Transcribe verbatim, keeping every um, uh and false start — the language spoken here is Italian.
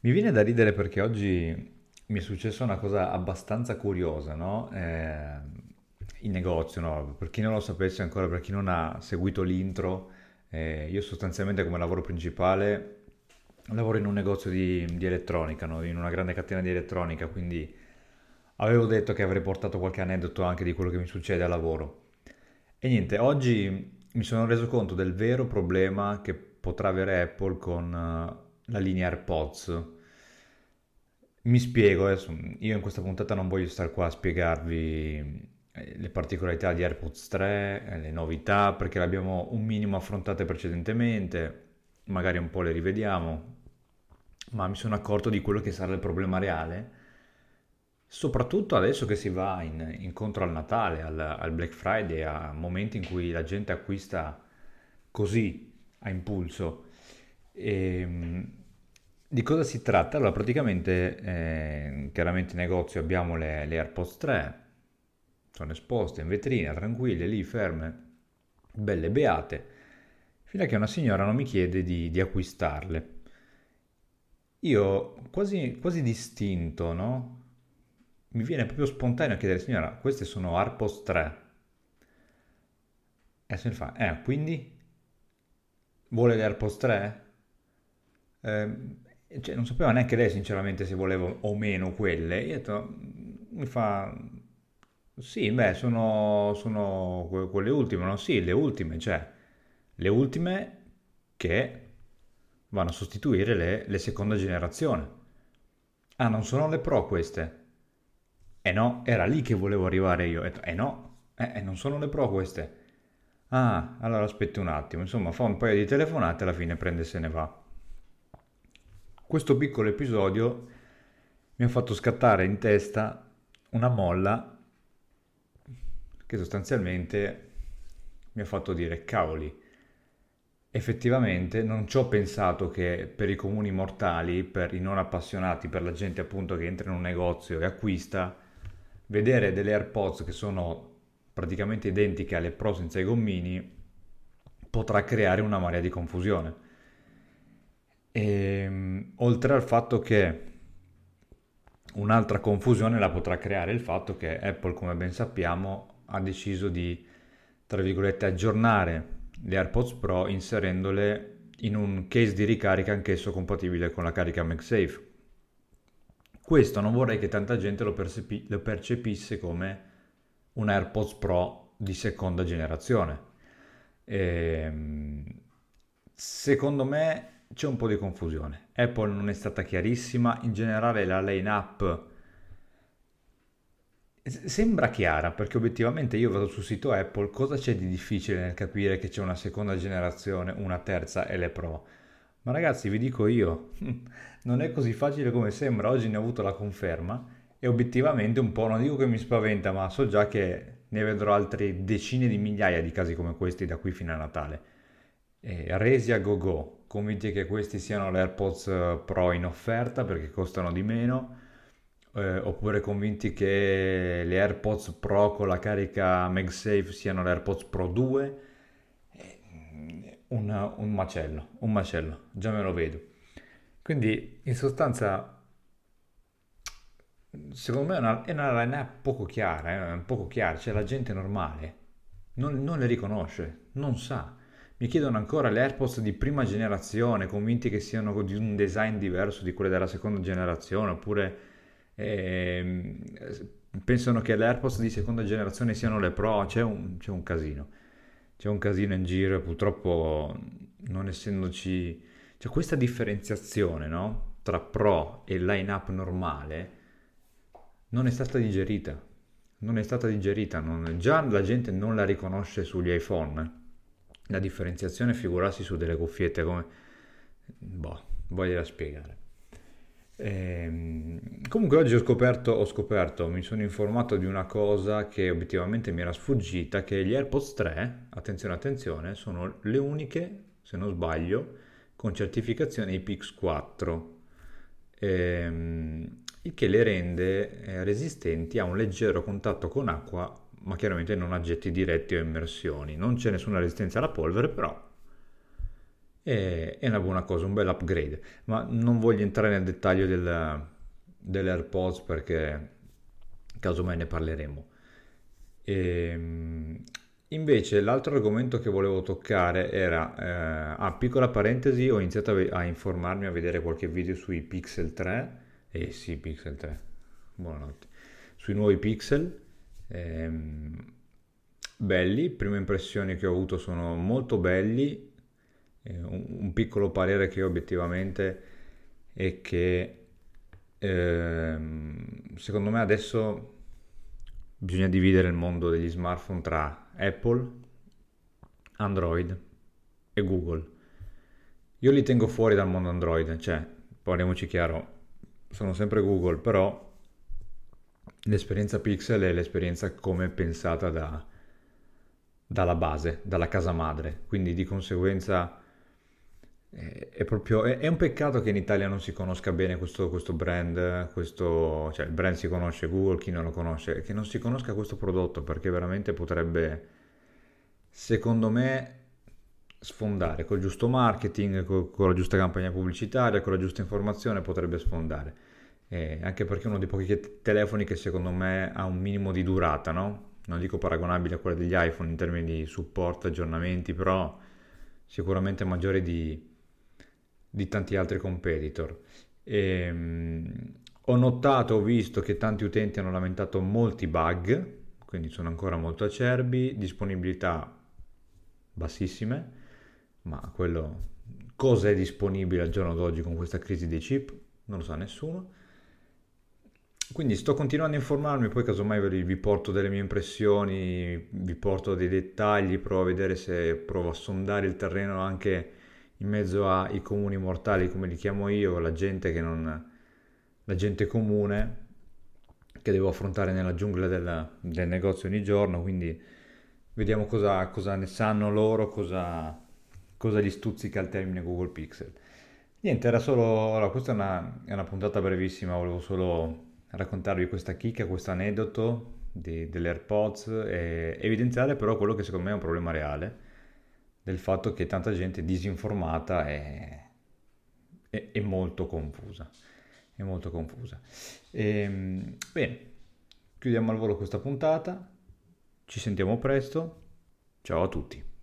Mi viene da ridere perché oggi mi è successa una cosa abbastanza curiosa, no? Eh, in negozio, no? Per chi non lo sapesse ancora, per chi non ha seguito l'intro, eh, io sostanzialmente come lavoro principale lavoro in un negozio di, di elettronica, no? In una grande catena di elettronica, quindi avevo detto che avrei portato qualche aneddoto anche di quello che mi succede al lavoro. E niente, oggi mi sono reso conto del vero problema che potrà avere Apple con eh, la linea AirPods. Mi spiego, adesso, io in questa puntata non voglio stare qua a spiegarvi eh, le particolarità di AirPods tre, eh, le novità, perché le abbiamo un minimo affrontate precedentemente, magari un po' le rivediamo, ma mi sono accorto di quello che sarà il problema reale, soprattutto adesso che si va in- incontro al Natale, al, al Black Friday, a momenti in cui la gente acquista così, a impulso. E, di cosa si tratta? Allora, praticamente, eh, chiaramente in negozio abbiamo le, le AirPods tre, sono esposte in vetrina, tranquille, lì ferme, belle beate, fino a che una signora non mi chiede di, di acquistarle. Io, quasi, quasi distinto, no? Mi viene proprio spontaneo chiedere, signora, queste sono AirPods tre. E se ne fa, eh, quindi vuole le AirPods tre? Eh, cioè, non sapeva neanche lei sinceramente se volevo o meno quelle. Io ho detto, mm, mi fa, sì, beh, sono, sono que- quelle ultime, no? Sì, le ultime, cioè, le ultime che vanno a sostituire le, le seconda generazione. Ah, non sono le Pro queste? Eh no, era lì che volevo arrivare io. Ho detto, eh no, eh, eh, non sono le Pro queste. Ah, allora aspetti un attimo. Insomma, fa un paio di telefonate e alla fine prende e se ne va. Questo piccolo episodio mi ha fatto scattare in testa una molla che sostanzialmente mi ha fatto dire, cavoli, effettivamente non ci ho pensato che per i comuni mortali, per i non appassionati, per la gente appunto che entra in un negozio e acquista, vedere delle AirPods che sono praticamente identiche alle Pro senza i gommini potrà creare una marea di confusione. E, oltre al fatto che un'altra confusione la potrà creare il fatto che Apple, come ben sappiamo, ha deciso di, tra virgolette, aggiornare le AirPods Pro inserendole in un case di ricarica anch'esso compatibile con la carica MagSafe. Questo non vorrei che tanta gente lo, percepi- lo percepisse come un AirPods Pro di seconda generazione. Ehm, secondo me c'è un po' di confusione. Apple non è stata chiarissima, in generale la line-up S- sembra chiara perché obiettivamente io vado sul sito Apple, cosa c'è di difficile nel capire che c'è una seconda generazione, una terza e le Pro? Ma ragazzi, vi dico io, non è così facile come sembra, oggi ne ho avuto la conferma e obiettivamente un po', non dico che mi spaventa, ma so già che ne vedrò altre decine di migliaia di casi come questi da qui fino a Natale. E resi a go-go, convinti che questi siano le AirPods eh, Pro in offerta perché costano di meno, eh, oppure convinti che le AirPods Pro con la carica MagSafe siano le AirPods Pro due. Un, un macello, un macello, già me lo vedo. Quindi in sostanza, secondo me è una, è una line-up poco chiara, eh, poco chiara, cioè la gente normale non, non le riconosce, non sa. Mi chiedono ancora le AirPods di prima generazione, convinti che siano di un design diverso di quelle della seconda generazione, oppure ehm, pensano che le AirPods di seconda generazione siano le Pro, c'è un, c'è un casino. C'è un casino in giro e purtroppo non essendoci... C'è questa differenziazione, no? Tra Pro e line-up normale non è stata digerita. Non è stata digerita. Non- Già la gente non la riconosce sugli iPhone. La differenziazione figurarsi su delle cuffiette come... Boh, voglio spiegare. Ehm, comunque oggi ho scoperto, ho scoperto, mi sono informato di una cosa che obiettivamente mi era sfuggita, che gli AirPods tre, attenzione attenzione, sono le uniche, se non sbaglio, con certificazione I P X quattro, ehm, il che le rende eh, resistenti a un leggero contatto con acqua, ma chiaramente non a getti diretti o immersioni. Non c'è nessuna resistenza alla polvere, però e è una buona cosa, un bel upgrade. Ma non voglio entrare nel dettaglio del, dell'AirPods perché casomai ne parleremo. E, invece l'altro argomento che volevo toccare era, eh, ah, piccola parentesi, ho iniziato a, ve- a informarmi, a vedere qualche video sui Pixel tre, eh sì, Pixel tre, buonanotte, sui nuovi Pixel, ehm, belli, prime impressioni che ho avuto sono molto belli, eh, un, un piccolo parere che ho obiettivamente è che ehm, secondo me adesso bisogna dividere il mondo degli smartphone tra Apple, Android e Google. Io li tengo fuori dal mondo Android, cioè, parliamoci chiaro, sono sempre Google, però l'esperienza Pixel è l'esperienza come pensata da, dalla base, dalla casa madre, quindi di conseguenza eh, è proprio, è, è un peccato che in Italia non si conosca bene questo, questo brand, questo, cioè il brand si conosce, Google chi non lo conosce, che non si conosca questo prodotto perché veramente potrebbe, secondo me, sfondare col giusto marketing, co- con la giusta campagna pubblicitaria, con la giusta informazione potrebbe sfondare. Eh, anche perché è uno dei pochi che- telefoni che secondo me ha un minimo di durata, no? Non dico paragonabile a quello degli iPhone in termini di supporto, aggiornamenti, però sicuramente maggiore di, di tanti altri competitor. Ehm, ho notato, ho visto che tanti utenti hanno lamentato molti bug, quindi sono ancora molto acerbi, disponibilità bassissime, ma quello cosa è disponibile al giorno d'oggi con questa crisi dei chip? Non lo sa nessuno. Quindi sto continuando a informarmi, poi casomai vi vi porto delle mie impressioni, vi porto dei dettagli, provo a vedere se provo a sondare il terreno anche in mezzo ai comuni mortali, come li chiamo io, la gente che non, la gente comune che devo affrontare nella giungla del, del negozio ogni giorno, quindi vediamo cosa, cosa ne sanno loro, cosa, cosa gli stuzzica il termine Google Pixel. Niente, era solo, allora, questa è una, è una puntata brevissima, volevo solo raccontarvi questa chicca, questo aneddoto di- delle AirPods e evidenziare però quello che secondo me è un problema reale, del fatto che tanta gente disinformata è, è- è molto confusa. È molto confusa. Ehm, bene, chiudiamo al volo questa puntata, ci sentiamo presto, ciao a tutti.